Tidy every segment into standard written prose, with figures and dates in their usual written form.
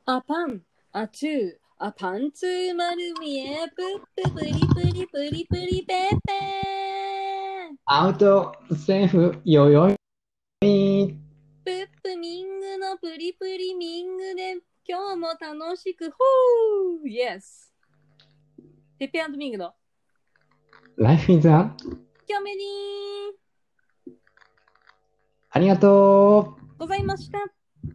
あパン、あチュー、あパンツー丸見え、プッププリプリプリプリペーペー。 アウト、セーフ、よよい。 プップミングのプリプリミングで今日も楽しく、ほーイエス。ペッペー&ミングのライフイズアキョメディーありがとう。 ございました。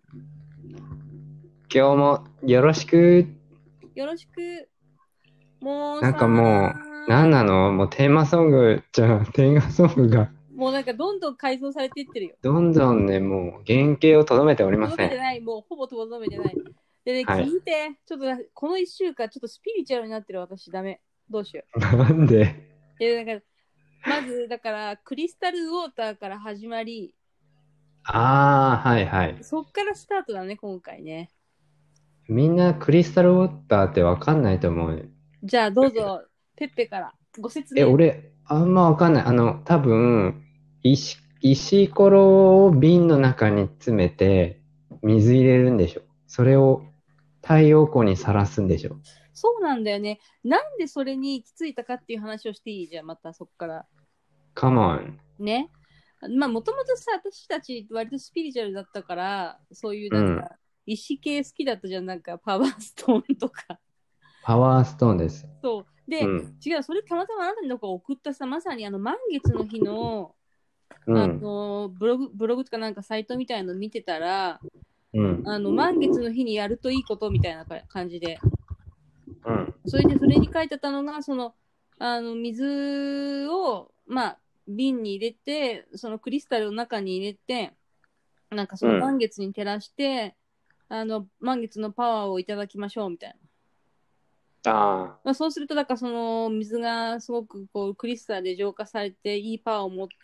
今日もよろしく。 よろしく。もうなんかさもう、なんなのもうテーマソングじゃん、テーマソングがもうなんかどんどん改造されていってるよ。 どんどんね、もう原型をとどめておりません。 とどめてない、もうほぼとどめてない。でね、 はい。 聞いて、ちょっとこの一週間、ちょっとスピリチュアルになってる私、ダメ。どうしよう。 なんでだからまず、だから、クリスタルウォーターから始まり、 はいはい。 そっからスタートだね、今回ね。 みんなクリスタルウォーターってわかんないと思う。 じゃあ、どうぞ、ペッペからご説明。 俺、あんまわかんない。多分、石ころを瓶の中に詰めて、水入れるんでしょ。それを太陽光にさらすんでしょ。 そうなんだよね。なんでそれに行き着いたかっていう話をしていいじゃん、またそっから。 Come on。 ね。まあ、もともとさ、私たち割とスピリチュアルだったから、そういううん。 なんか、石系好きだったじゃん、なんかパワーストーンとか。 パワーストーンです。 そう。で、 うん。 違う、それたまたまあなたに送ったさ、まさに満月の日の、 うん。 ブログとかなんかサイトみたいの見てたら、 うん。 満月の日にやるといいことみたいな感じで。 うん。 それで、それに書いてあったのが、水を、まあ、瓶に入れて、そのクリスタルの中に入れて、なんかその満うん。 月に照らして、満月のパワーをいただきましょうみたいな。 あまあ、そうすると、だからその水がすごくこうクリスタルで浄化されて、いいパワーを持って、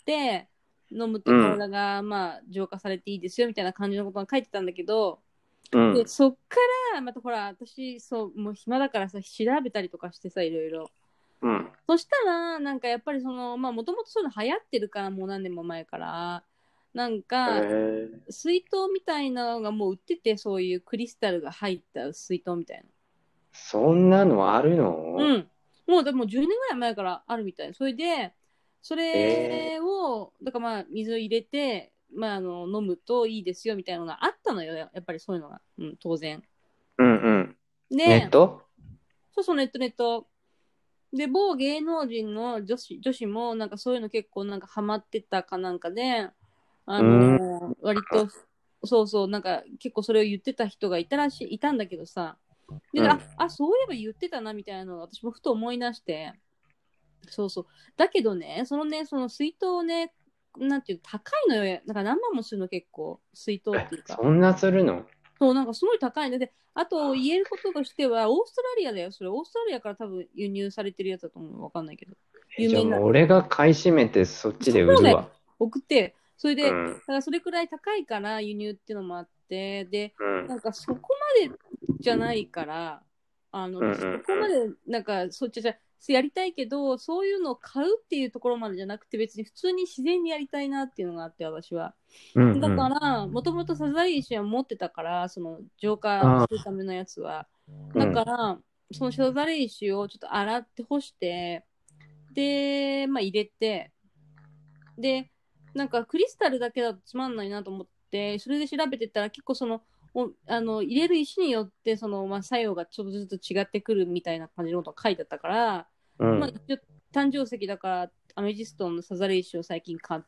飲むうん。 と体がまあ浄化されていいですよみたいな感じのことが書いてたんだけど、で、 うん。 そっから、またほら、私、そう、もう暇だからさ、調べたりとかしてさ、いろいろ。 うん。 そしたら、なんかやっぱりまあ、もともとそういうの流行ってるから、もう何年も前から。なんへか、 え。 水筒みたいなのがもう売ってて、そういうクリスタルが入った水筒みたいな。 そんなのあるの？ うん。もう、でも10年ぐらい前からあるみたい。それで、そええれを、だからまあ、水を入れて、まあ、飲むといいですよみたいなのがあったのよ。やっぱりそういうのが。うん、当然。 うんうん。ネッで、 トそうそう、ネット。で、某芸能人の女子も、なんかそういうの結構なんかハマってたかなんかで、 うーん。 割と、そうそう、なんか結構それを言ってた人がいたんだけどさ、で、 うん。 そういえば言ってたなみたいなのを私もふと思い出して、そうそう。だけどね、その水筒をね、なんていう高いのよ。なんか何万もするの結構、水筒っていうか。 そんなするの？ そう、なんかすごい高いので、あと言えることとしては、オーストラリアだよ。それ、オーストラリアから多分輸入されてるやつだと思う。わかんないけど。有じゃあ名な。 もう俺が買い占めてそっちでそうだよ。 売るわ。 送って。それで、だうん。 からそれくらい高いから輸入っていうのもあって、で、 うん。 なんかそこまでじゃないから、 うんう私そんこまで、なんか、そっちじゃ、やりたいけど、そういうのを買うっていうところまでじゃなくて、別に普通に自然にやりたいなっていうのがあって、私は。 うん。うんだうん。 から、もともとサザエ石は持ってたから、その浄化ああ、 するためのやつは。 うん。 だから、そのサザエ石をちょっと洗って干して、で、まあ入れて、で、なんかクリスタルだけだとつまんないなと思って、それで調べてたら結構入れる石によって、まあ、作用がちょっとずつ違ってくるみたいな感じのことが書いてあったから、まあ、 うん。 一応誕生石だからアメジストンのサザレ石を最近買って、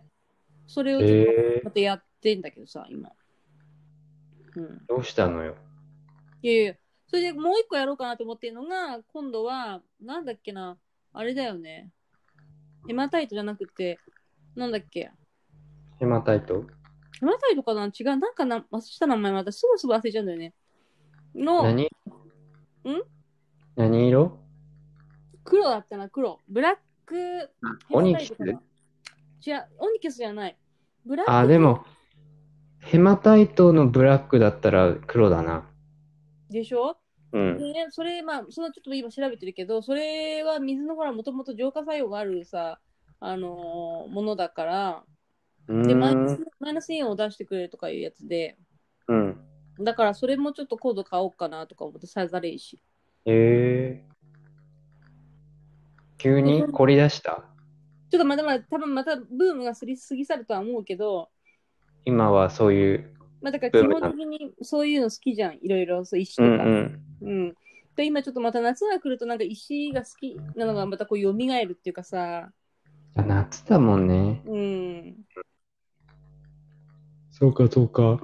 それをちょっとまええたやってんだけどさ、今。うん。 どうしたのよ。 いやいや、それでもう一個やろうかなと思ってるのが、今度は、なんだっけな、あれだよね。ヘマタイトじゃなくて、なんだっけ。 ヘマタイト？ ヘマタイトかな違う。なんか忘れた名前またすぐ忘れちゃうんだよね。の、 何ん何色？ 黒だったな、黒。ブラックヘマオニキス？ タイトかな。違う、オニキスじゃない。ブラッあ、 クヘマでも、ヘマタイトのブラックだったら黒だな。 でしょ。 うん。 でね、それ、まあ、ちょっと今調べてるけど、それは水のほら、もともと浄化作用があるさ、ものだから、 うーで、 ん。 マイナスイオンを出してくれるとかいうやつで、 うん。 だからそれもちょっとコード買おうかなとか思って、サザレ石。 えー、急で、ちに凝り出した？ ょっとまだまだ多分またブームが過ぎ去るとは思うけど、 今はそういうまあだから基ブームなの？ 本的にそういうの好きじゃん。いろいろ、そう石うとか。 んうん。で、今ちょっとまた夏が来るとなんか石が好きなのがまたこう蘇るっていうかさ、 うん。あ、夏だもんね。 うん。 そうか、そうか。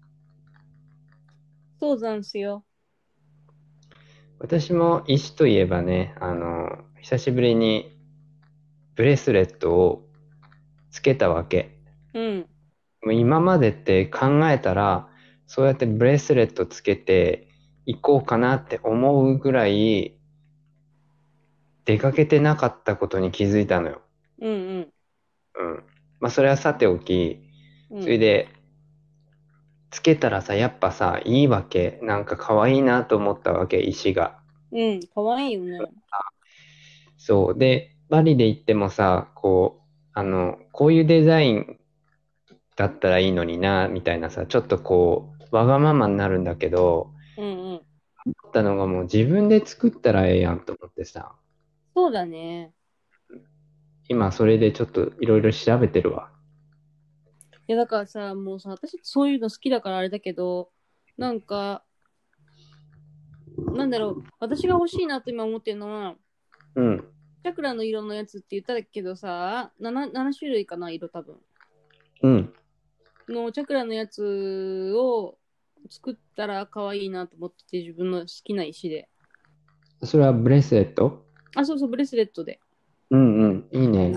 そうなんすよ。 私も石といえばね、久しぶりにブレスレットをつけたわけ。 うん。 もう今までって考えたら、そうやってブレスレットつけて行こうかなって思うぐらい出かけてなかったことに気づいたのよ。 うんうん。 うん。まあそれはさておき、 うん。 それでつけたらさ、やっぱさ、いいわけ。なんか可愛いなと思ったわけ、石が。 うん。かわいいよね。 そう。で、バリで行ってもさ、こういうデザインだったらいいのにな、みたいなさ、ちょっとわがままになるんだけど、 うんうん。 思ったのがもう自分で作ったらええやんと思ってさ、 そうだね。 今それでちょっといろいろ調べてるわ。 いやだからさ、もうさ、私そういうの好きだからあれだけど、なんか、なんだろう、私が欲しいなと今思ってるのは、 うん、 チャクラの色のやつって言ったけどさ、7種類かな、色多分。 うん。 のチャクラのやつを作ったら可愛いなと思ってて、自分の好きな石で。 それはブレスレット？ あ、そうそう、ブレスレットで。 うんうん、いいね。 うん。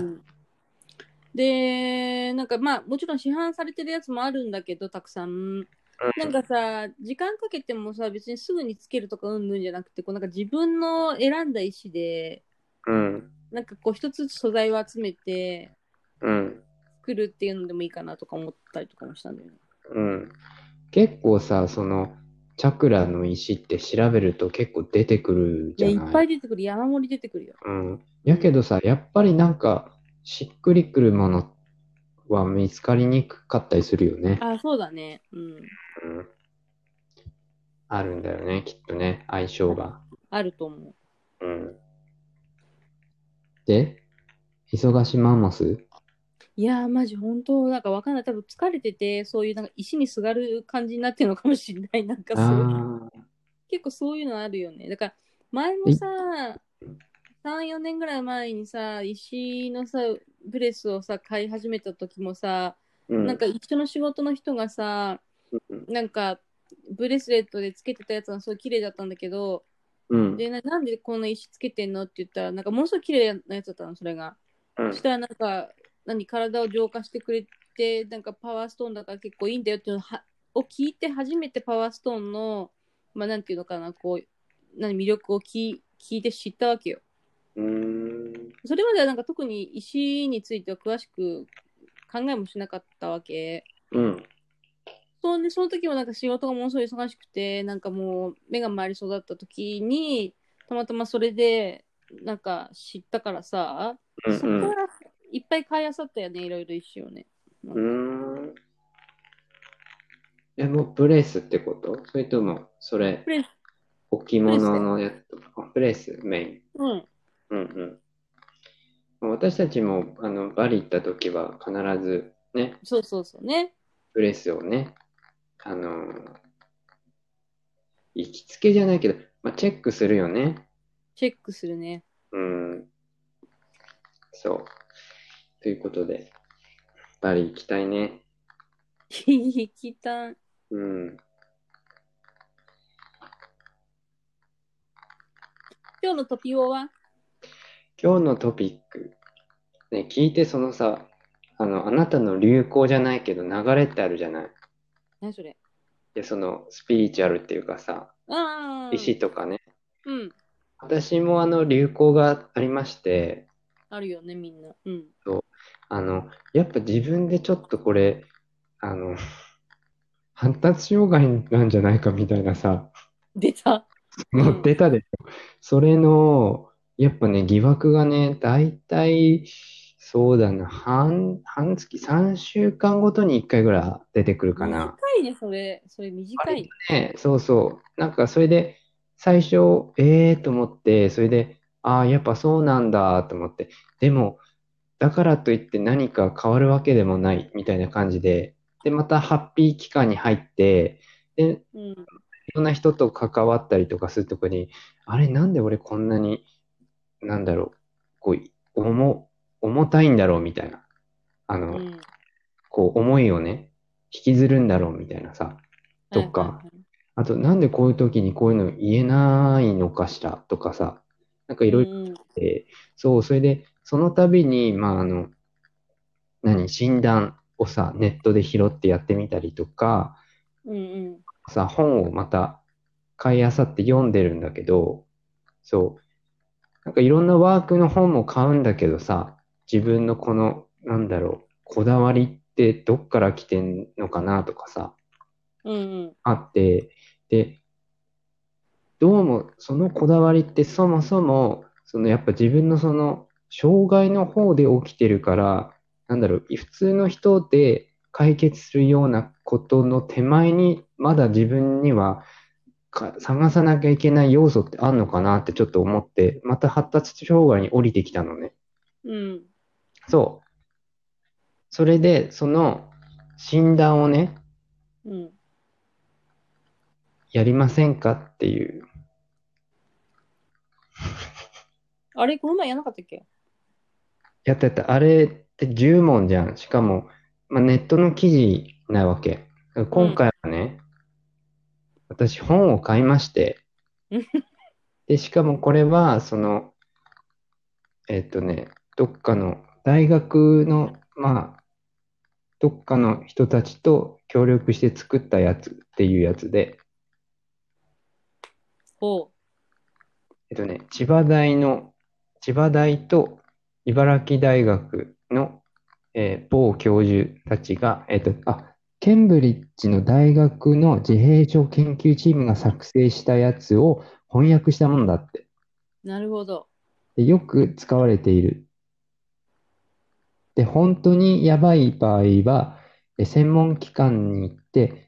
で、なんかまあ、もちろん市販されてるやつもあるんだけど、たくさん。なんかさ、時間かけてもさ、別にすぐにつけるとかうんぬんじゃなくて、こうなんか自分の選んだ石で、 うん、 なんかこう一つずつ素材を集めてうん、 作るっていうのでもいいかなとか思ったりとかもしたんだよね。 うん。結構さ、チャクラの石って調べると結構出てくるいや、いっじゃない？ ぱい出てくる。山盛り出てくるよ。 うん。 うん。 やけどさ、やっぱりなんか、しっくりくるものは見つかりにくかったりするよね。 あ、そうだね。うん。 うん。あるんだよね、きっとね、相性あ、 が。 あると思う。 うん。で、忙しマンモス？ いやー、マジ本当、なんかわかんない。多分疲れてて、そういうなんか石にすがる感じになってるのかもしれない。なんかあそう、 あ結構そういうのあるよね。だから、前ー、 もさ、3、4年ぐらい前にさ、石のさ、ブレスをさ、買い始めた時もさ、 うん、 なんか一緒の仕事の人がさ、 うん、 なんか、ブレスレットでつけてたやつがすごい綺麗だったんだけど、 うん、 で、なんでこんな石つけてんのって言ったら、なんかものすごい綺麗なやつだったの、それが。 うん、 そしたらなんか、体を浄化してくれて、なんかパワーストーンだから結構いいんだよっていうのを聞いて初めてパワーストーンの、まあなんていうのかな、こう、魅力を聞いて知ったわけよ。 うーん、 それまではなんか特に石については詳しく考えもしなかったわけ。 うん、 その時もなんか仕事がものすごい忙しくて、なんかもう目が回りそうだった時に、たまたまそれで、なんか知ったからさ、 うん、 そっかうん。 らいっぱい買いあさったよね、いろいろ石をね。なうーんか。 ん。もうブレスってこと？それとも、それ、 プレス、 置物プレスだよ。 のやつとか？あ、ブレス、メイン。 うん。 うんうん。私たちも、バリ行った時は必ずね、 そうそうそうね。 ブレスをね、あの、行きつけじゃないけど、まあ、チェックするよね。 チェックするね。 うん、そう。ということで、バリ行きたいね。 行きたい。 うん。 今日のトピオは今日のトピック、ね、聞いてそのさ、あなたの流行じゃないけど流れってあるじゃない。 何それ？ で、そのスピリチュアルっていうかさ、 ああ、 石とかね。 うん。 私も流行がありまして、 あるよね、みんな。うん。 そう、やっぱ自分でちょっとこれ、あの、発達障害なんじゃないかみたいなさ、 出た。うもうん。 出たでしょ。それの、やっぱね、疑惑がね、だいたいそうだな。半月、3週間ごとに1回ぐらい出てくるか短な。 いね、それ。それ短割といね。 ね、そうそう。なんかそれで、最初、と思って、それで、ああ、やっぱそうなんだと思って。でも、だからといって何か変わるわけでもないみたいな感じで、で、またハッピー期間に入って、で、 うん。 いろんな人と関わったりとかするとこに、あれ、なんで俺こんなに、なんだろう、こう、重たいんだろうみたいな、あの、 うん。 こう、思いをね、引きずるんだろうみたいなさ、 はいとか、 はいはい。 あと、なんでこういう時にこういうの言えないのかしらとかさ、なんかいろいろうんうん。 あって、そう、それで、その度に、診断をさ、ネットで拾ってやってみたりとか、 うんうん。 さ、本をまた買い漁って読んでるんだけど、そう、なんかいろんなワークの本も買うんだけどさ、自分のこの、こだわりってどっから来てんのかなとかさ、 うんうん。 あって、で、どうもそのこだわりってそもそも、そのやっぱ自分のその障害の方で起きてるから、普通の人で解決するようなことの手前に、まだ自分には探さなきゃいけない要素ってあんのかなってちょっと思って、また発達障害に降りてきたのね。 うん。 そう。それで、その診断をね、 うん。 やりませんかっていう。 あれ、この前やんなかったっけ？ やった。あれって10問じゃん。しかも、ネットの記事なわけ。今うん。 回はね、私本を買いまして、で、しかもこれは、どっかの大学の、どっかの人たちと協力して作ったやつっていうやつで、 ほ千葉大と茨城大学の、某教授たちが、ケンブリッジの大学の自閉症研究チームが作成したやつを翻訳したものだって。 う。なるほど。 で、よく使われている。で、本当にやばい場合は、専門機関に行って、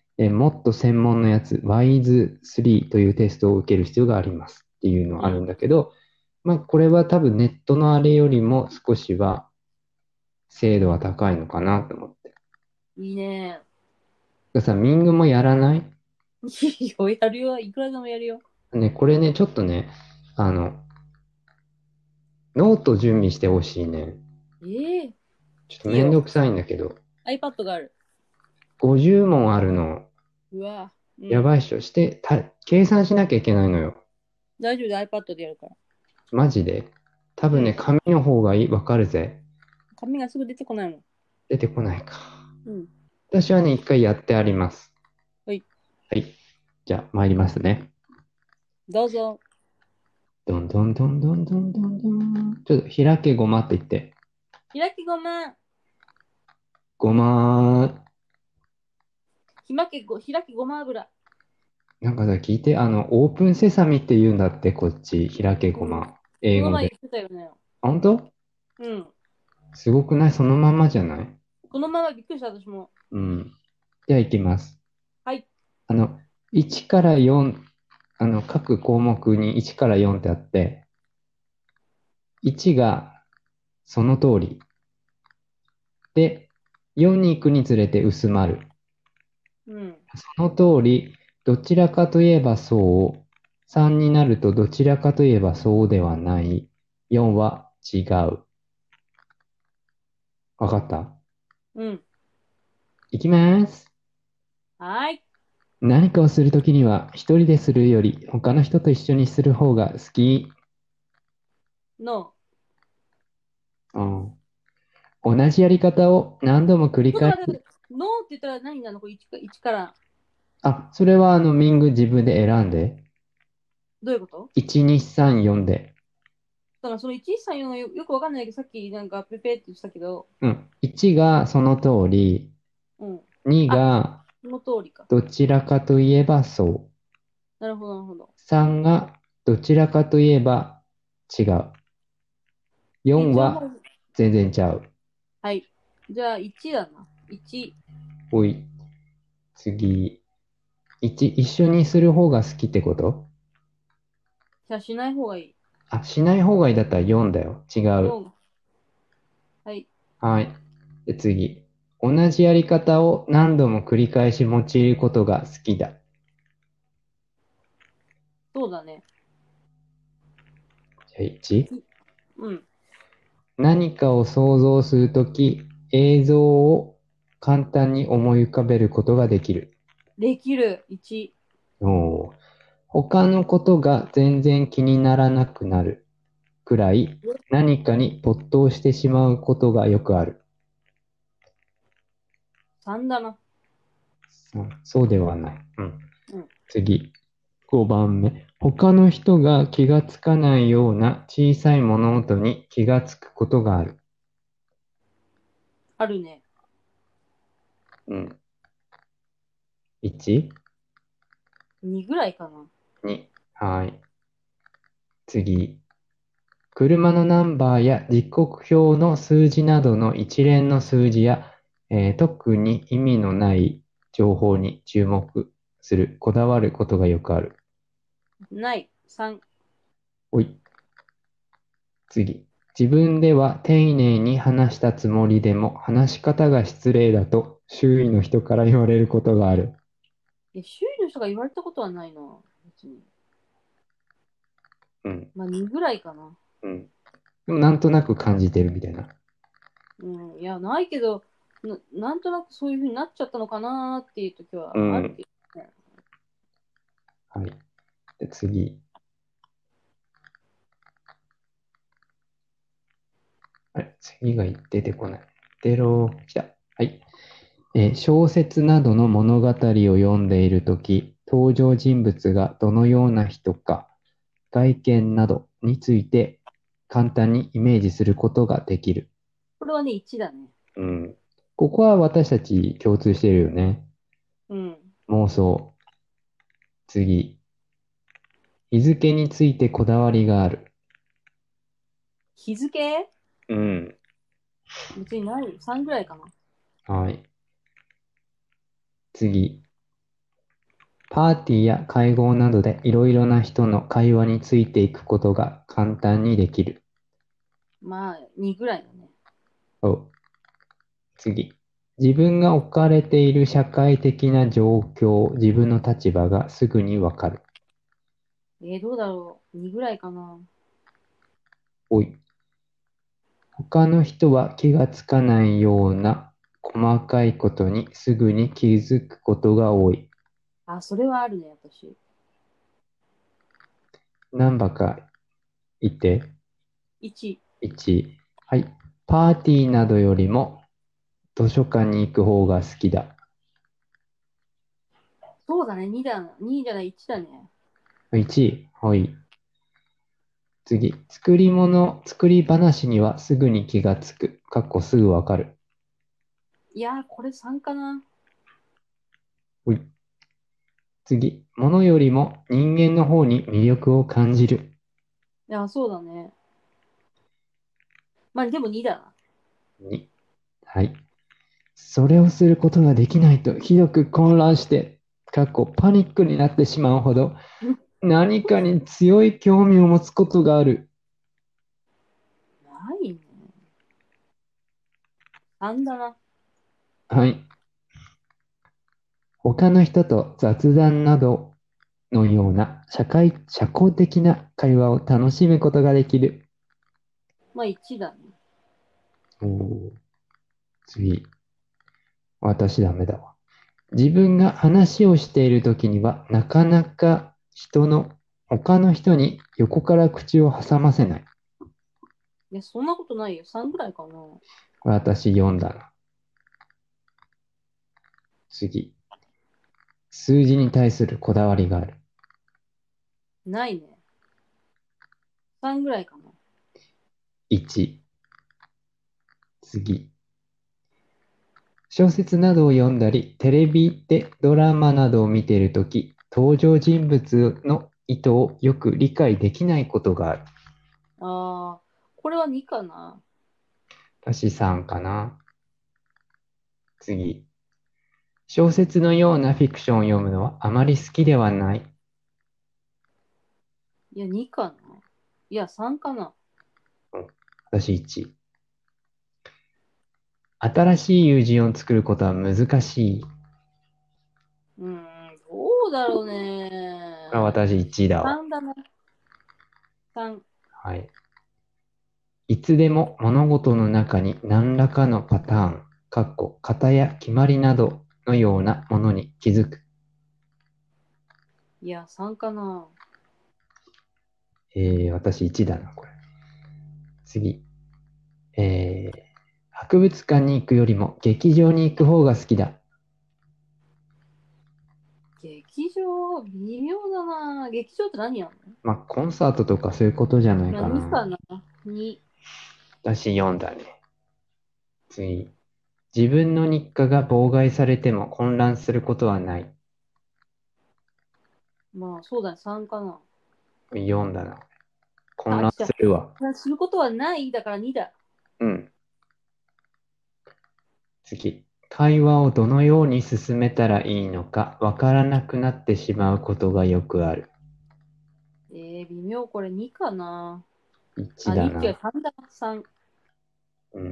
もっと専門のやつ、WISE-3 というテストを受ける必要がありますっていうのがあるんうん。 だけど、これは多分ネットのあれよりも少しは精度は高いのかなと思って。 いいね。 ミングもやらない？ いいよ、やるよ。いくらでもやるよ。 ね、これね、ちょっとね、あの、ノート準備してほしいね。 ええ、 ちょっといいよ。 めんどくさいんだけど、 iPad がある。 50問あるの、 うわ。うん。 やばいっしょ。計算しなきゃいけないのよ。 大丈夫で iPad でやるから。 マジで。多分ね、 うん。 紙の方がわかるぜ。 紙がすぐ出てこないもん。 出てこないか。 うん。 私はね、一回やってあります。 はい。 はい。じゃあ、参りますね。 どうぞ。 どんどんどんどんどんどんどん。ちょっと開けごまって言って。 開きごま。 ごまー。 開きごま油。 なんかさ、聞いて、オープンセサミって言うんだって、こっち。開けごうん。 ま。英語で。 この前言ってたよね。 本当？ うん。 すごくない？そのままじゃない？ このままびっくりした、私も。 うん。では、いきます。 はい。 あの、1から4、各項目に1から4ってあって、1がその通り。で、4に行くにつれて薄まる。 うん。 その通り、どちらかといえばそう。3になるとどちらかといえばそうではない。4は違う。わかった？ うん。 いきます。 はーい。 何かをするときには、一人でするより他の人と一緒にする方が好き。 の。 うん、同じやり方を何度も繰り返す。 ちょっと待って、ノーって言ったら何なの？これ1から。 あ、それはミング自分で選んで。 どういうこと？ 1、2、3、4で。 だからその1、1、3、4がよくわかんないけど、さっきなんかペペって言ってたけど、 うん。1がその通り。 うん。 2 あ、 がその通りか。 どちらかといえばそう。 なるほど、なるほど。 3がどちらかといえば違う。4はじゃあもう、 全然ちゃう。 はい。じゃあ、1だな。1。 おい。次。1、一緒にする方が好きってこと？ じゃあ、しない方がいい。 あ、しない方がいいだったら4だよ。違う。 4。はい。 はい。で、次。同じやり方を何度も繰り返し用いることが好きだ。 そうだね。 じゃあ 1。 うん。 何かを想像するとき、映像を簡単に思い浮かべることができる。 できる。1。 おー。他のことが全然気にならなくなるくらい何かに没頭してしまうことがよくある。 3だな。 そうではない。うん。 うん。 次。5番目。他の人が気がつかないような小さい物音に気がつくことがある。 あるね。 うん。1、 2ぐらいかな。 2。はい。次。車のナンバーや時刻表の数字などの一連の数字や、特に意味のない情報に注目する、こだわることがよくある。 ない。3。 おい。次。自分では丁寧に話したつもりでも話し方が失礼だと周囲の人から言われることがある。 周囲の人が言われたことはないな。別に。 うん。 まあ、2ぐらいかな。 うん。でもなんとなく感じてるみたいな。 うん。いや、ないけど、なんとなくそういう風になっちゃったのかなっていう時うん。 はあるけどね。 はい。で、次。あれ、次が出てこない。来た。はい。小説などの物語を読んでいるとき、登場人物がどのような人か、外見などについて簡単にイメージすることができる。 これはね、1だね。 うん。ここは私たち共通しているよね。 うん。 妄想。次。日付についてこだわりがある。 日付うん。 別にない。3ぐらいかな。 はい。次。パーティーや会合などでいろいろな人の会話についていくことが簡単にできる。 まあ、2ぐらいだね。 お、次。自分が置かれている社会的な状況、自分の立場がすぐにわかる。 どうだろう。2ぐらいかな。 おい。他の人は気がつかないような細かいことにすぐに気づくことが多い。 あ、それはあるね、私。 何番か言って。 1。 1。はい。パーティーなどよりも図書館に行く方が好きだ。 そうだね、2だ。2じゃない、1だね。 1。はい。次。作り話にはすぐに気がつく。かっこすぐわかる。 いやー、これ3かな。 ほい。次。物よりも人間の方に魅力を感じる。 いや、そうだね。まあ、でも2だな。 2。はい。それをすることができないとひどく混乱して、かっこパニックになってしまうほど何かに強い興味を持つことがある。 ないね。3だな。 はい。他の人と雑談などのような社交的な会話を楽しむことができる。 まあ、1だね。 おー、次。私ダメだわ。自分が話をしているときには、なかなか他の人に横から口を挟ませない。 いや、そんなことないよ。3ぐらいかな。 これ私読んだな。次。数字に対するこだわりがある。 ないね。3ぐらいかな。 1。次。小説などを読んだり、テレビでドラマなどを見ているとき、登場人物の意図をよく理解できないことがある。 あー、これは2かな。 私3かな。次。小説のようなフィクションを読むのはあまり好きではない。 いや、2かな。いや、3かな。 私1。新しい友人を作ることは難しい。 どうだろうね。 これは私1だわ。 3だな。3。 はい。いつでも物事の中に何らかのパターン、型や決まりなどのようなものに気づく。 いや、3かな。 私1だな、これ。次。博物館に行くよりも劇場に行く方が好きだ。 劇場、微妙だな。劇場って何やんの？ まあ、コンサートとかそういうことじゃないまあ、 か 2かな。 な。2。 私4だね。次。自分の日課が妨害されても混乱することはない。 まあ、そうだね。3かな。 4だな。混あ、 乱じゃするわ。 あ、することはないだから2だ。 うん。次。会話をどのように進めたらいいのかわからなくなってしまうことがよくある。 微妙。これ2かな。 1 あ、2違う。 だな。 3だ。3。 うん。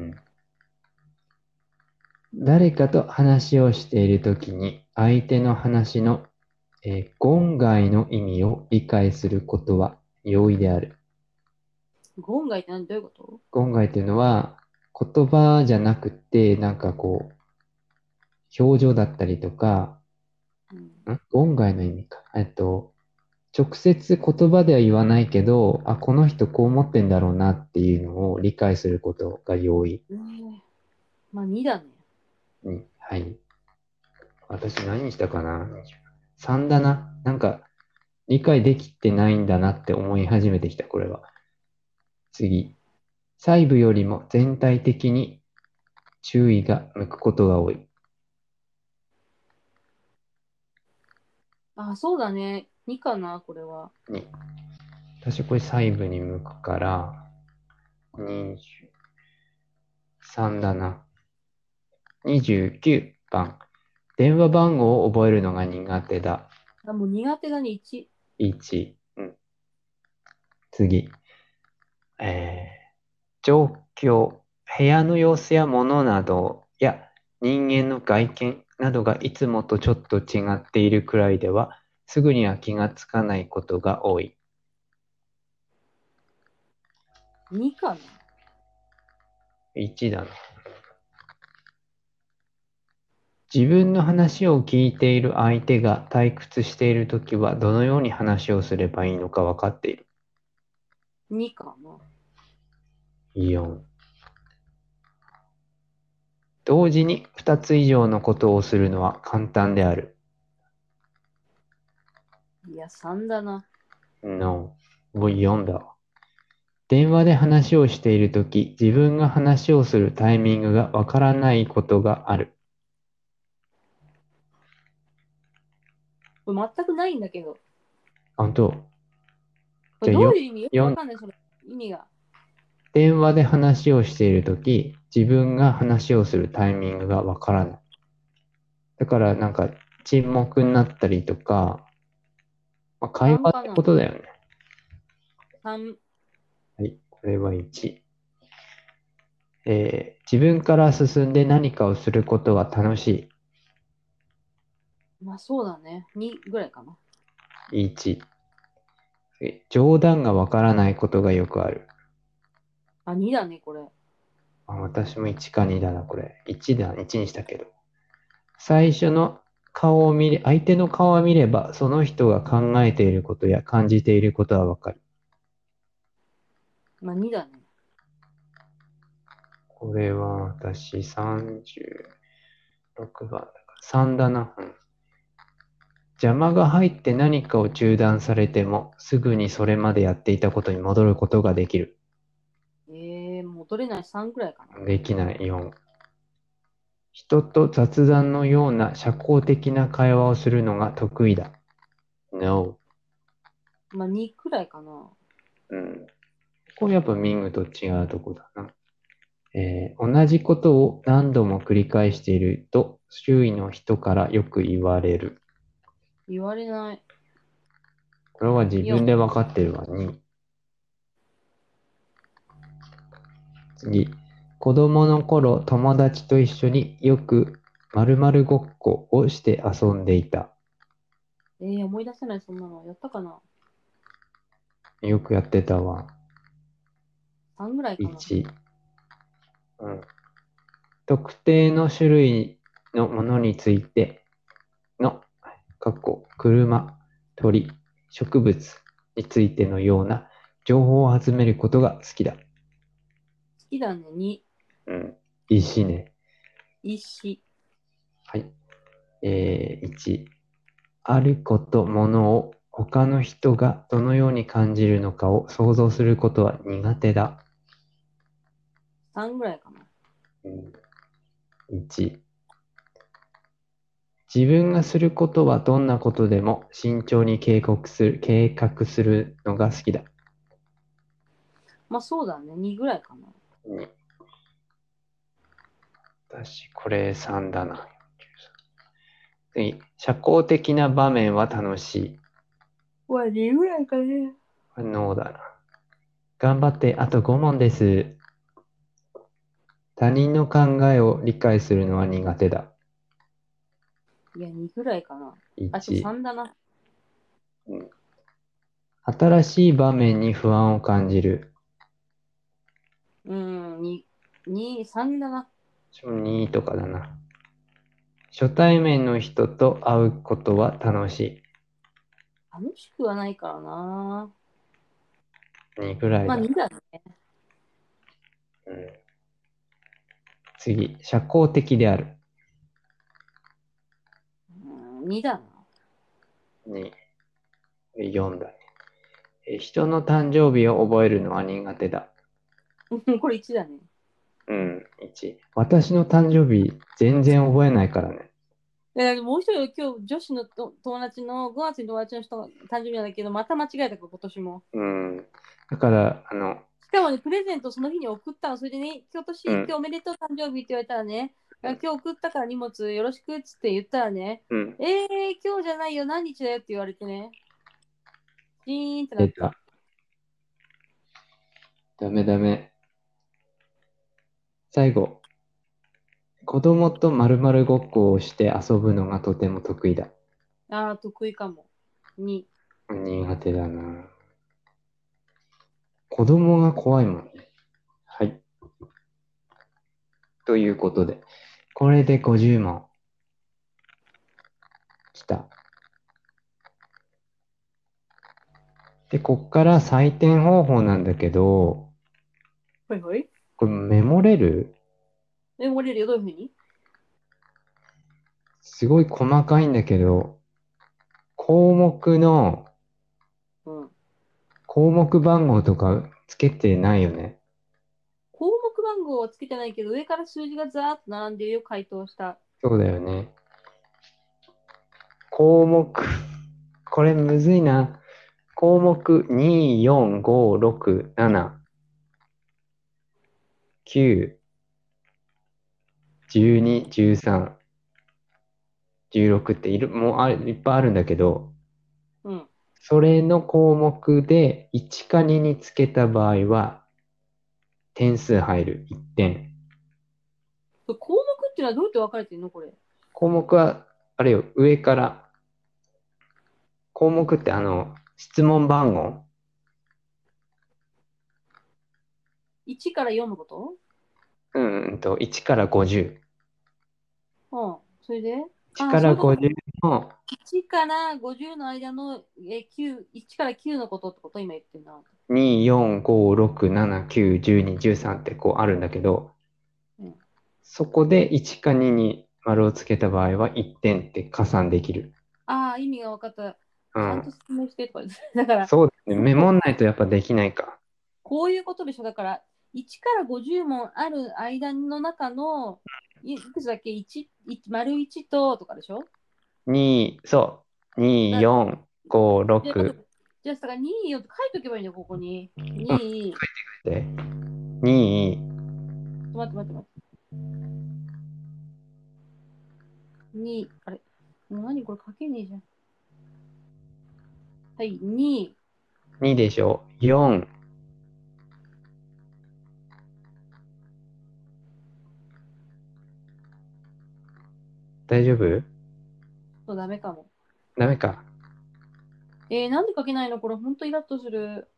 誰かと話をしているときに相手の話の、言外の意味を理解することは容易である。 ゴンガイってどういうこと？ 言外というのは言葉じゃなくて、なんかこう、表情だったりとか、 うん。 言外の意味か。直接言葉では言わないけど、あ、この人こう思ってんだろうなっていうのを理解することが容易まあ2だね。 に、はい。私何したかな？ 3 だな。なんか、理解できてないんだなって思い始めてきた、これは。次。細部よりも全体的に注意が向くことが多い。 あ、そうだね。2かな、これは。 に。私これ細部に向くから、23だな。29番。電話番号を覚えるのが苦手だ。 あ、もう苦手だね、1。 1。うん。次。え状況、部屋の様子や物などや人間の外見などがいつもとちょっと違っているくらいでは、すぐには気がつかないことが多い。 2かな。 1だな。自分の話を聞いている相手が退屈しているときは、どのように話をすればいいのか分かっている。 2かな。 4。同時に2つ以上のことをするのは簡単である。 いや、3だな。 No。もう4だわ。電話で話をしているとき、自分が話をするタイミングがわからないことがある。 これ全くないんだけど。 本当？ これじゃあ4、 どういう意味よくわ 4、 かんない、それ。意味が。 電話で話をしているとき、自分が話をするタイミングがわからない。だからなんか沈黙になったりとか、まあ、会 3 話ってかな。 ことだよね。 3。 はい、これは1。自分から進んで何かをすることが楽しまあそうだね。2ぐらいかな。 い。1。冗談がわからないことがよくある。 あ、2だね、これ。 私も1か2だな、これ。1だ、1にしたけど。最初の相手の顔を見れば、その人が考えていることや感じていることはわかる。 まあ2だね。 これは私36番だから3だな。うん。邪魔が入って何かを中断されても、すぐにそれまでやっていたことに戻ることができる。 戻れない3ぐらいかな。 できない4。人と雑談のような社交的な会話をするのが得意だ。No。 まあ2くらいかな。 うん。これやっぱミングと違うとこだな。 同じことを何度も繰り返していると周囲の人からよく言われる。 言われない。 これは自よ。 分で分かってるわに。次。子供の頃、友達と一緒によく〇〇ごっこをして遊んでいた。 思い出せない、そんなの。やったかな？ よくやってたわ。 3 ぐらいかな。 1。うん。特定の種類のものについての、車、鳥、植物についてのような情報を集めることが好きだ。 好きだね。2、 うん。石ね。 石。 はい。1。あること、ものを他の人がどのように感じるのかを想像することは苦手だ。 3ぐらいかな。 うん、1。自分がすることはどんなことでも慎重に計画するのが好きだ。 まあそうだね。2ぐらいかな。 2。私、これ3だな。次。社交的な場面は楽しい。 まあ2ぐらいかね。 これノーだな。頑張って、あと5問です。他人の考えを理解するのは苦手だ。 いや、2ぐらいかな。あ、 1。 3だな。 うん。新しい場面に不安を感じる。 3だな。 2とかだな。初対面の人と会うことは楽し楽しくはないからな。 い。2ぐらいまあだ 2だね。 な。うん、次、社交的である。 2だな。 2、4だね。人の誕生日を覚えるのは苦手だ。 これ1だね。 うん、1。私の誕生日全然覚えないからね。 もう一人、今日女子の友達の5月に友達の人が誕生日なんだけど、また間違えたから今年も。 うん。だから、 しかもね、プレゼントその日に送ったの。それでね、今日うん、 おめでとう誕生日って言われたらね、今日送ったから荷物よろしくっつって言ったらね、 うん。 今日じゃないよ、何日だよって言われてね、ジーンってなった。 出た。ダメダメ。最後。子供と〇〇ごっこをして遊ぶのがとても得意だ。 ああ、得意かも。2。 苦手だな。子供が怖いもんね。はい。ということで、これで50問きた。で、こっから採点方法なんだけど、 ほいほい。 これメモれる？ 漏れるよ、どういうふうに？ すごい細かいんだけど、項目のうん。 項目番号とかつけてないよね。 項目番号はつけてないけど、上から数字がざーっと並んでるよ、回答した。 そうだよね。項目、これむずいな。項目2、4、5、6、7、9、12、13、16っていっぱいあるんだけど、 うん。 それの項目で1か2につけた場合は点数入る。1点。 項目っていうのはどうやって分かれてるのこれ？ 項目は、あれよ、上から、項目って質問番号。 1から4のこと？ 1から50。 うん。それで、 1 ああ、 からそういうことか。 50の 1から50の間の1から9のことってこと今言ってんな。 2、4、5、6、7、9、12、13ってこうあるんだけど、 うん。 そこで1か2に丸をつけた場合は1点って加算できる。 ああ、意味が分かった。ちゃんとうん。 説明してとか言って。だから、 そうだね。メモこんないとやっぱできないか。 こういうことでしょ。だから、1から50問ある間の中の、いくつだっけ？ 1、丸1ととかでしょ？ そう。2、 だ 4、5、 じゃあ、 6。 じゃあ、だから2を書いとけばいいんだよ、ここに。 うん。 2、 で、2、 待って待って待って。2、あれもう何これ書けねえじゃん。はい、2、 2でしょ。4、大丈夫？ そうダメかも。 ダメか。 なんで書けないのこれ、ほんとイラッとする。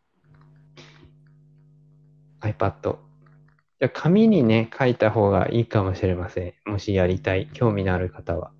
iPad。じゃあ紙にね、書いた方がいいかもしれません。もしやりたい、興味のある方は。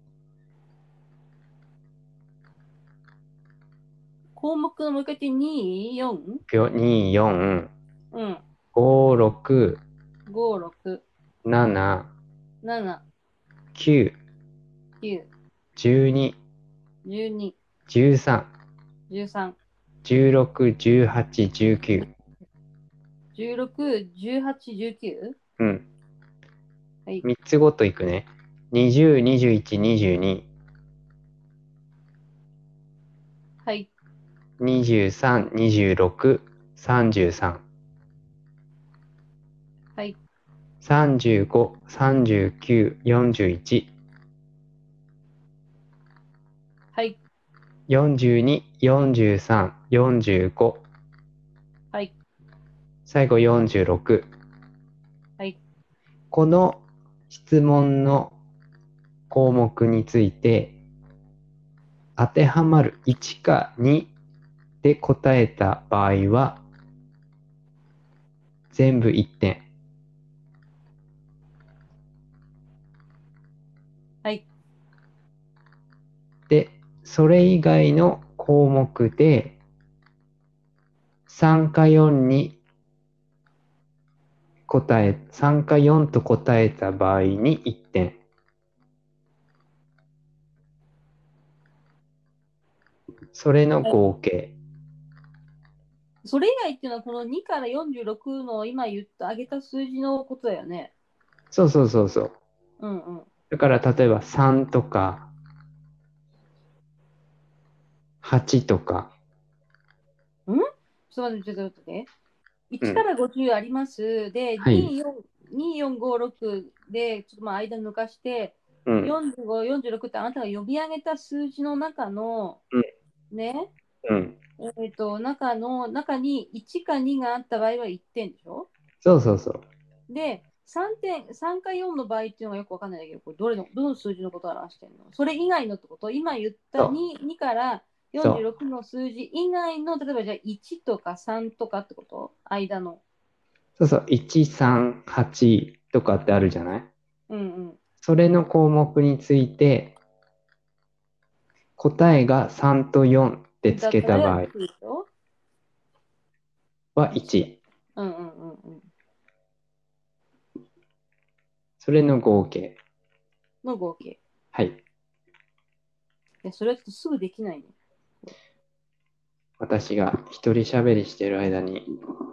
項目のもう一回言って2、4? 2、4、 うん。 5、6、 5、6、 7、 7、 9、 9、 12、 12、 13、 13、 16、18、19。 16、18、19? うん。 はい。 3つごといくね。20、21、22、 はい。 23、26、33、 はい。 35、39、41、 はい。 42、43、45、 はい。 最後46。 はい。 この質問の項目について当てはまる1か2で答えた場合は全部1点。 はい。 で、それ以外の項目で3か4に3か4と答えた場合に1点。それの合計。 それ以外っていうのは、この2から46の今挙げた数字のことだよね。 そうそうそうそう。 うんうん。 だから例えば3とか8とか。 ちょっと待って、ちょっと待って。1かうん。 ら50あります。で、 はい。 2、4、2、4、5、6で、ちょっとまあ間抜かして、 うん。 45、46ってあなたが読み上げた数字の中の、 うん。 ね、 うん。 中に1か2があった場合は1点でしょ。 そうそうそう。 で、3か4の場合っていうのがよくわかんないんだけど、これどの数字のことを表してるの？それ以外のってこと？今言ったそう。 2からそう。 46の数字以外の、例えばじゃあ1とか3とかってこと？間の。 そうそう。1、3、8とかってあるじゃない？ うんうん。 それの項目について答えが3と4ってつだったらけた場合 1でしょ？ は 1 だ。 1。 うんうんうんうん。 それの合計。 の合計。 はい。 いや、それはちょっとすぐできないね。 私が一人喋りしている間に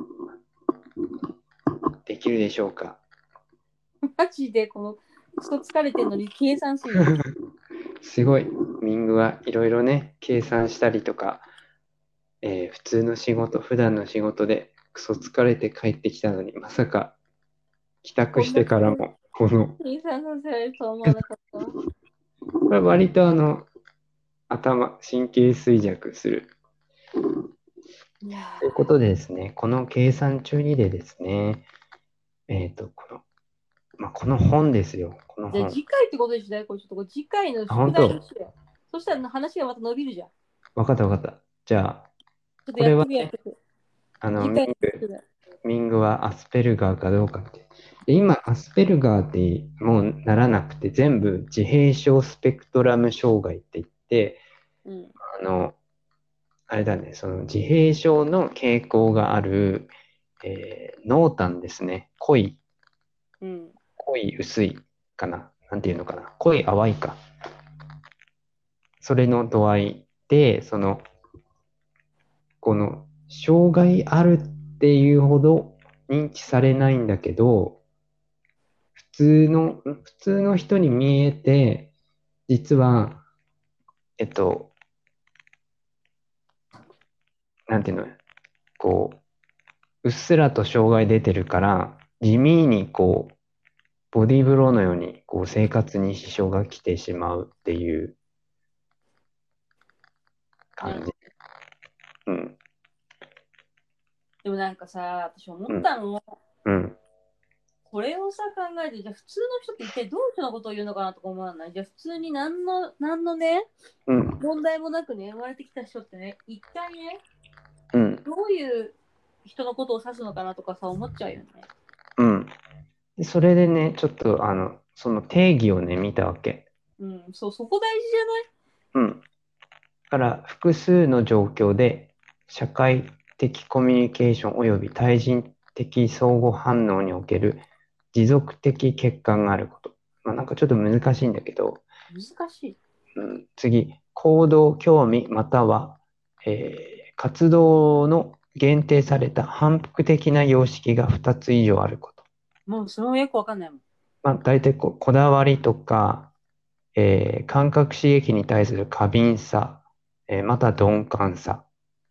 できるでしょうか？ マジでこのクソ疲れてるのに計算するの？ すごい。ミングはいろいろね、計算したりとか、普通の仕事、普段の仕事でクソ疲れて帰ってきたのに、まさか帰宅してこんなからも、この、 計算させられるとは思わなかった。 これ割と神経衰弱する。 いやということでですね、この計算中にでですね、この本ですよ、このじゃあ本。 次回ってことでしょ。これちょっと次回のあ、 宿本当？ 題にしよう。そしたら話がまた伸びるじゃん。ちわかったわかった。じゃあ、 ょっとこれはね、 やっとく。次回の宿題。 ミングはアスペルガーかどうかって。で今、アスペルガーってもうならなくて、全部自閉症スペクトラム障害って言って、 うん。 あの、あれだね、その自閉症の傾向がある、濃淡ですね。 うん。 濃い、薄いかな。なんていうのかな。濃い、淡いか。それの度合いで、この、障害あるっていうほど認知されないんだけど、普通の人に見えて、実は、えっと、なんていうの、こう、うっすらと障害出てるから、 地味にこう、ボディーブローのようにこう生活に支障が来てしまうっていうなるほど。 感じ。うん、 でもなんかさ、私思うん、 ったの、 うん、 これをさ、考えて、じゃあ普通の人って一体どういう人のことを言うのかなとか思わない？じゃあ普通に何のね、 うん、 問題もなくね、生まれてきた人ってね、一体ね、 うん、 どういう人のことを指すのかなとかさ、思っちゃうよね。 うん。で、それでね、ちょっとその定義をね、見たわけ。 うん、そう、そこ大事じゃない？ うん。だから複数の状況で社会的コミュニケーション及び対人的相互反応における持続的欠陥があること。まあ、なんかちょっと難しいんだけど、 難しい。 うん、次、行動、興味、または、活動の限定された反復的な様式が2つ以上あること。 もうそれもよくわかんないもん。 まあ、大体こだわりとか、感覚刺激に対する過敏さ、また鈍感さ。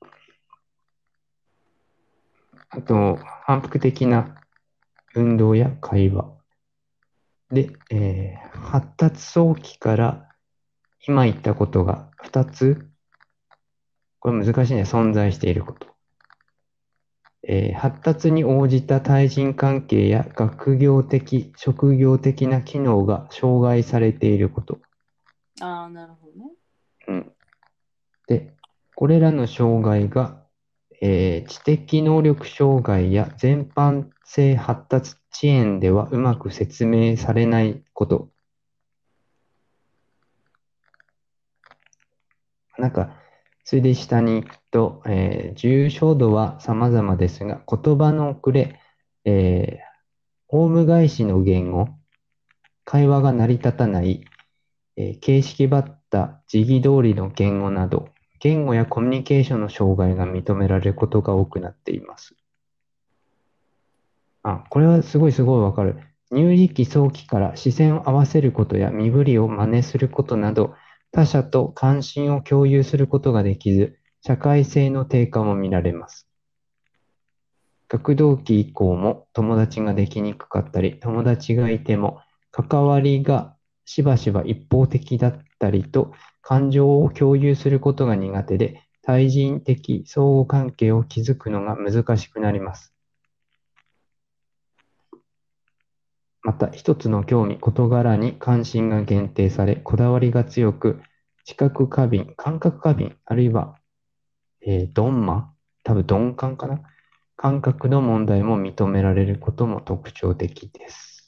あと、反復的な運動や会話。で、発達早期から今言ったことが2つ、これ難しいね、存在していること。発達に応じた対人関係や学業的、職業的な機能が障害されていること。 ああ、なるほどね。 うん、で、これらの障害が、知的能力障害や全般性発達遅延ではうまく説明されないこと。なんか、それで下に行くと、重症度は様々ですが、言葉の遅れ、オウム返しの言語、会話が成り立たない、形式ばった時期通りの言語など、言語やコミュニケーションの障害が認められることが多くなっています。あ、これはすごいわかる。乳児期早期から視線を合わせることや身振りを真似することなど、他者と関心を共有することができず、社会性の低下も見られます。学童期以降も友達ができにくかったり、友達がいても関わりがしばしば一方的だったりと、感情を共有することが苦手で、対人的相互関係を築くのが難しくなります。また、一つの興味、事柄に関心が限定され、こだわりが強く、知覚過敏、感覚過敏、あるいは、ドンマ、多分鈍感かな、感覚の問題も認められることも特徴的です。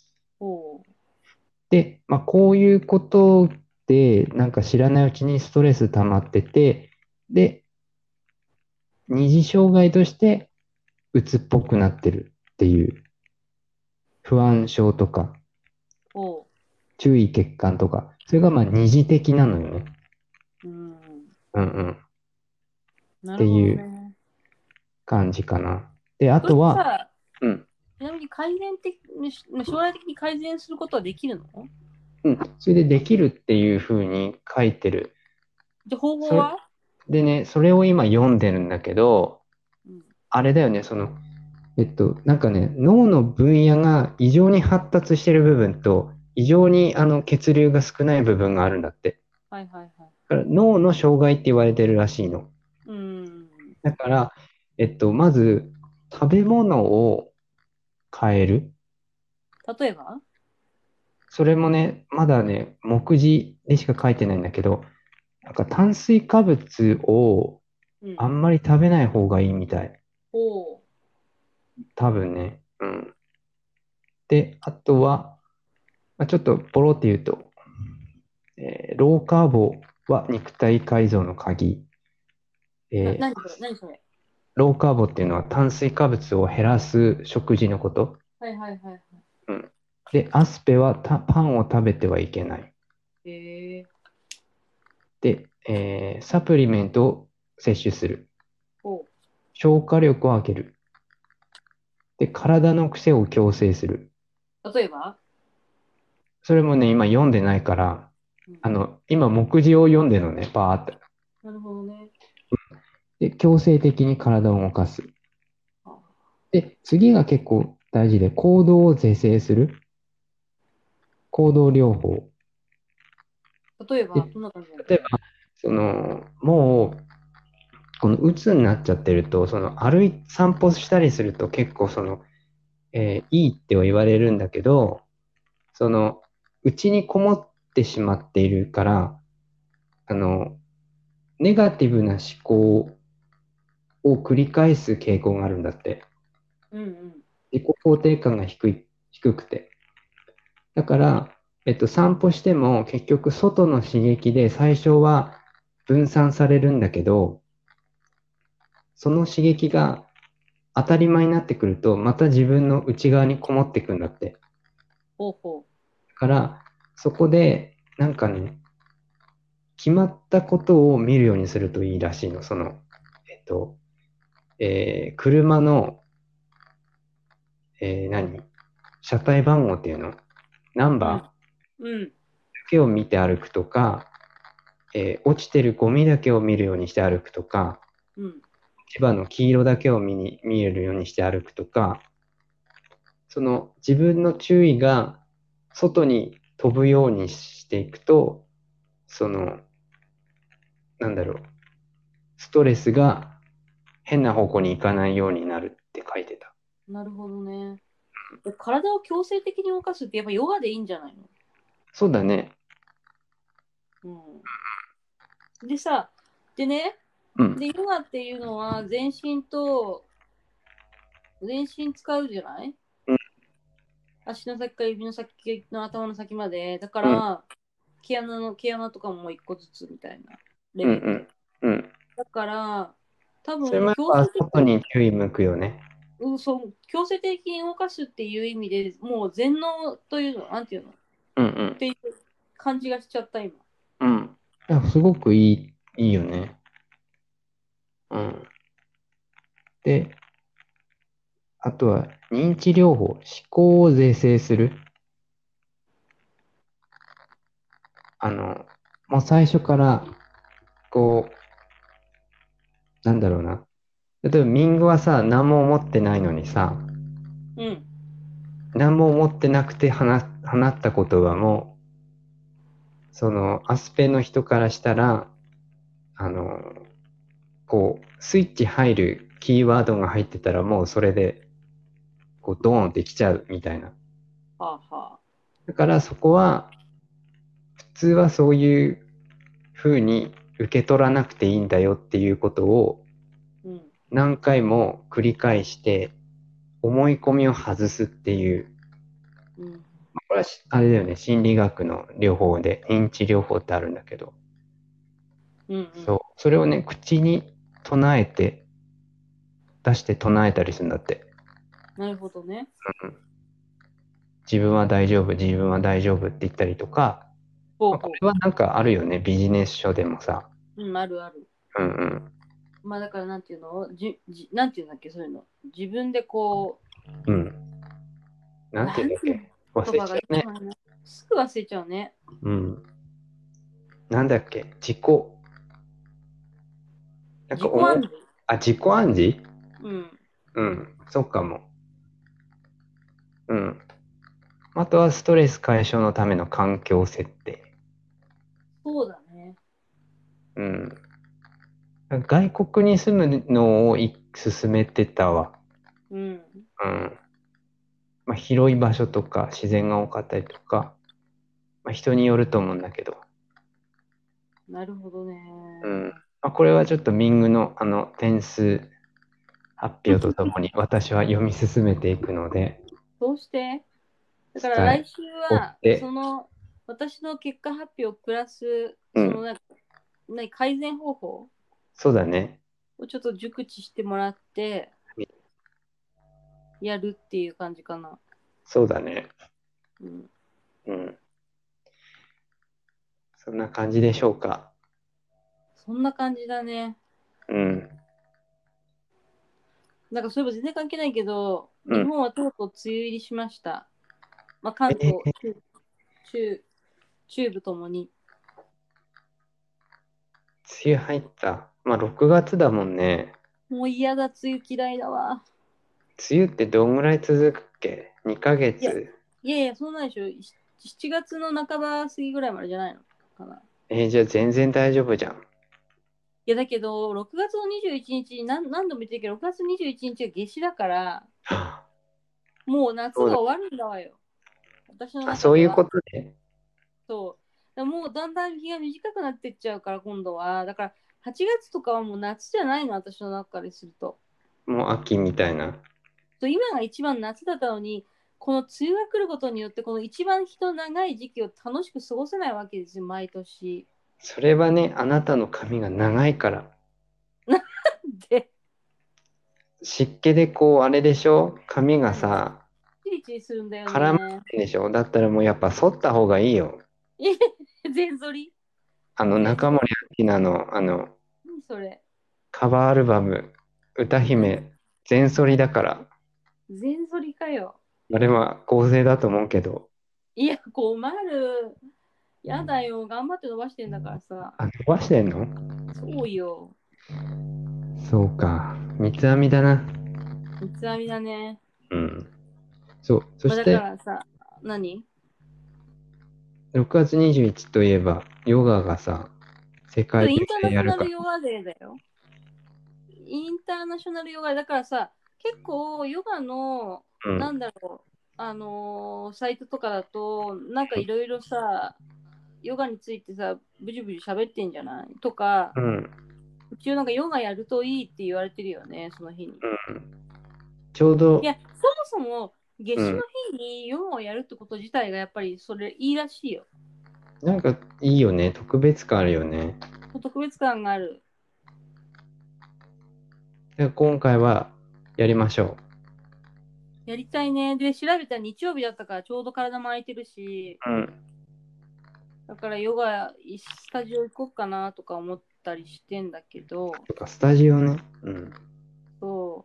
おう。 で、まあ、こういうことで、なんか知らないうちにストレス溜まってて、で、二次障害として鬱っぽくなってるっていう不安症とかおう。 注意欠陥とか、それがまあ二次的なのよね。 うん。 うんうん。っなるほどていうね。 感じかな。で、あそれとは、 さ、 うん、 ちなみに改善的、将来的に改善することはできるの？ うん、それでできるっていうふうに書いてる。 じゃあ方法それは？ でね、それを今読んでるんだけど、 うん。 あれだよね、なんかね、脳の分野が異常に発達してる部分と、異常に血流が少ない部分があるんだって。 はいはいはい。 だから脳の障害って言われてるらしいの。 うん。 だから、まず、食べ物を変える。 例えば？ それもね、まだね、目次でしか書いてないんだけど、なんか炭水化物をうん。 あんまり食べない方がいいみたい。 おう。 多分ね。うん。で、あとは、まあ、ちょっとポロって言うと、ローカーボは肉体改造の鍵。 何それ何それ？ ローカーボっていうのは炭水化物を減らす食事のこと。 はいはいはいはい。 うん。で、アスペはパンを食べてはいけない。 へえ。 で、サプリメントを摂取する。 おう。 消化力を上げる。で、体の癖を矯正する。 例えば？ それもね、今読んでないから、 うん。 今目次を読んでるのね、バーって。 なるほどね。 で、強制的に体を動かす。 あ、 で、次が結構大事で、行動を是正する行動療法。 例えば、 で、 どんな感じなの？ 例えば、もう、この鬱になっちゃってると、散歩したりすると結構いいっては言われるんだけど、その、内にこもってしまっているから、あの、ネガティブな思考を繰り返す傾向があるんだって。 うんうん。 自己肯定感が低くて。だから、散歩しても結局外の刺激で最初は分散されるんだけど、その刺激が当たり前になってくると、また自分の内側にこもってくんだって。 ほうほだから、そこで、なんかね、決まったことを見るようにするといいらしいの。えっと、車の、車体番号っていうのナンう。うん。 バーだうん。 けを見て歩くとか、落ちてるゴミだけを見るようにして歩くとか、 うん。 千葉の黄色だけを見えるようにして歩くとか、その自分の注意が外に飛ぶようにしていくと、その、なんだろう、ストレスが変な方向に行かないようになるって書いてた。 なるほどね。で体を強制的に動かすってやっぱヨガでいいんじゃないの？ そうだね。 うん。でさ、でね、 うん。 で、ヨガっていうのは全身使うじゃない？ うん。 足の先から指の先の頭の先まで。だかうん。 ら、毛穴とかも一個ずつみたいなレうん。 ベルで。 うん。うん。 だから、多分それもやっぱ強制的外に注意向くよね。 強制的に動かすっていう意味でもう全能というの、なんていうのっうん。 ていう感じがしちゃった、今。 うん。うん。いや、すごくいいよね。うん。で、あとは認知療法、思考を是正する。あの、もう最初から、こなんだろうな。例えばミングはさ、何も思ってないのにさ、 うん。 何も思ってなくて放った言葉も、アスペの人からしたら、あの、スイッチ入るキーワードが入ってたらもうそれで、ドーンってきちゃうみたいな。 はあはあ。 だからそこは、普通はそういう風に受け取らなくていいんだよっていうことをうん。 何回も繰り返して、思い込みを外すっていう、 うん。 これはあれだよね、心理学の療法で認知療法ってあるんだけど、 うん。うん。 そう、それをね、口に唱えて、出して唱えたりするんだって。 なるほどね。 うん、自分は大丈夫、自分は大丈夫って言ったりとか、こほうほれはなんかあるよね、ビジネス書でもさ。 う。うん、あるある。 うんうん。 まあだからなんていうのなんていうんだっけ、そういうの。自分でこうん。 う、 なんて言うんだっけ。 なんていう忘言葉がれちゃうね。 一番ね。すぐ忘れちゃうね。 うん。なんだっけ。なんか自己暗示。 自己暗示。 うん。 うん。そうかも。うん。あとはストレス解消のための環境設定。 そうだね。 うん。外国に住むのを進めてたわ。 うん。 うん。まあ、広い場所とか自然が多かったりとか、まあ、人によると思うんだけど。 なるほどうん。 ね。 まあ、これはちょっとミングの点数発表とともに私は読み進めていくので、 そうして、だから伝え、 来週は、 追って、 私の結果発表プラス、 うん。 改善方法そうだね。 をちょっと熟知してもらって、やるっていう感じかな。 そうだね。 うん。 うん。そんな感じでしょうか。 そんな感じだね。 うん。 なんかそういえば全然関係ないけど、 うん。 日本はとうとう梅雨入りしました。まあ、関東、 ー、 中、中部ともに。 梅雨入った。まあ、6月だもんね。 もう嫌だ、梅雨嫌いだわ。 梅雨ってどんぐらい続くっけ？ 2 ヶいや、 月？ いやいや、そんなんでしょ。7月の半ば過ぎぐらいまでじゃないのかな。 じゃあ全然大丈夫じゃん。 いや、だけど、6月の21日、何度も言ってるけど、6月21日が夏至だから、もう夏そうだ。 が終わるんだわよ。私のあ、そういうこ中では。 とね。 そう。だからもうだんだん日が短くなってっちゃうから、今度は。だから、8月とかはもう夏じゃないの、私の中ですると。 もう秋みたいな。 今が一番夏だったのに、この梅雨が来ることによって、この一番人長い時期を楽しく過ごせないわけですよ、毎年。 それはね、あなたの髪が長いから。 で、 湿気でこう、あれでしょ？髪が何さ、 チリチリするんだよ絡まっね。 てんでしょ？だったらもうやっぱ剃った方がいいよ。 全剃り全剃り中森明菜の、 何それカバーアルバム、歌何姫、全剃りだから。 全剃りかよ。 あれは合成だと思うけど。 いや、困る。やだよ。頑張って伸ばしてんだからさ。 あ、伸ばしてんの？ そうよ。 そうか。三つ編みだな。 三つ編みだね。 うん。そう。そまあ、だかして、 らさ、何 6月21といえば、ヨガがさ、世界中インターナショでやるかナルヨガデーだよ。インターナショナルヨガだからさ、結構ヨガの、 ら。うん。 なんだろう、サイトとかだと、なんかいろいろさ、ヨガについてさ、ブジブジ喋ってんじゃないとか、 うん。 一応なんかヨガやるといいって言われてるよね、その日に。 うん。ちょうど、 いや、そもそも夏至のうん。 日にヨガをやるってこと自体がやっぱりそれいいらしいよ。 なんかいいよね。特別感あるよね。 特別感がある。 で、今回はやりましょやりたいね。で、調べたら日曜日だったからちょうど体も空いてるし、 う。うん。 だからヨガスタジオ行こうかなとか思ったりしてんだけど、 とか、スタジオね。うん。 そう、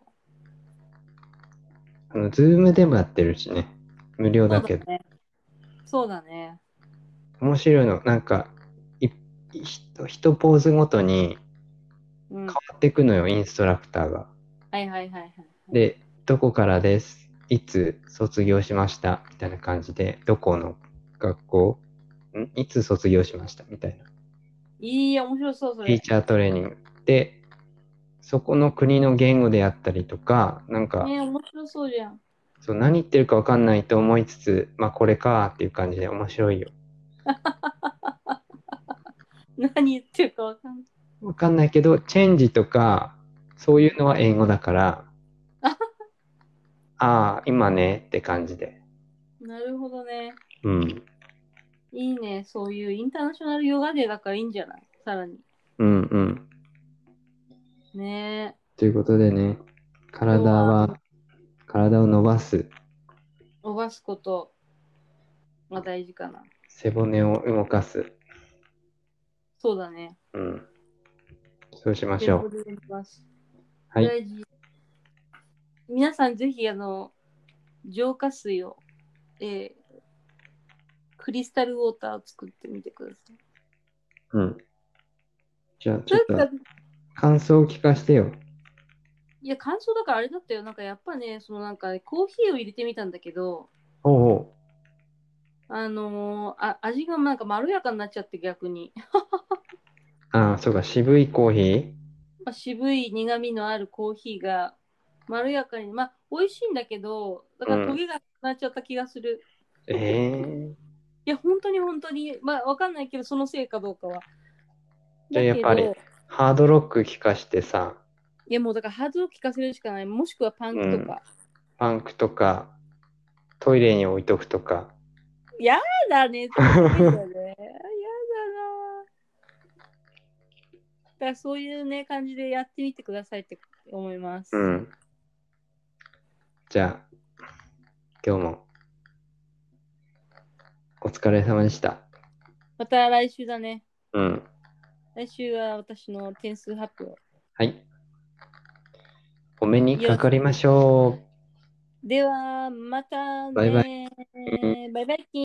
ズームでもやってるしね。無料だけど。 そうだね。そうだね。 面白いの。なんか、一ポーズごとにうん。 変わっていくのよ、インストラクターが。 はいはいはいはい。 で、どこからです。いつ卒業しましたみたいな感じで、どこの学校いつ卒業しましたみたいな。 いいや、面白そう、それ。 ティーチャートレーニング。で、そこの国の言語であったりとか、なんか、 ねえ、面白そうじゃん。 そう、何言ってるかわかんないと思いつつ、まあこれかっていう感じで面白いよ。 何言ってるかわかんない。 わかんないけど、チェンジとか、そういうのは英語だから、ああ、今ねって感じで。 なるほどね。 うん。 いいね。そういうインターナショナルヨガデーだからいいんじゃないさらに。 うんうん。 ねえ。 ということでね、 今日は体を伸ばす、 伸ばすことが大事かな。 背骨を動かす。 そうだね。 うん。そうしましょう。 全部で伸ばす。 はい。 大事。皆さんぜひ、浄化水を、えークリスタルウォーターを作ってみてください。 うん。じゃあ、ちょっとなんか、 感想を聞かせてよ。 いや、感想だからあれだったよ。なんかやっぱね、コーヒーを入れてみたんだけど、 おうおう。 味がなんかまろやかになっちゃって逆に。 ああ、そうか、渋いコーヒー。 渋い苦味のあるコーヒーがまろやかに、まあ、美味しいんだけど、だうん。 からトゲがなくなっちゃった気がする。 ええいや、本当に本当に、まあ、わかんないけど、そのせいかどうかは。 じゃあだやっぱり、 けど、 ハードロック聞かしてさ、 いや、もうだからハードル効かせるしかない。もしくはパンうん。 クとか。 パンクとか、トイレに置いとくとか。 やだね。ちょっとトゲだね。やだな。だからそういうね、感じでやってみてくださいって思います。 うん。じゃあ、今日もお疲れ様でした。 また来週だね。 うん。 来週は私の点数発表。 はい。お目にかよかりましょう。 では、またバイバイ。 ね。バイバイキン。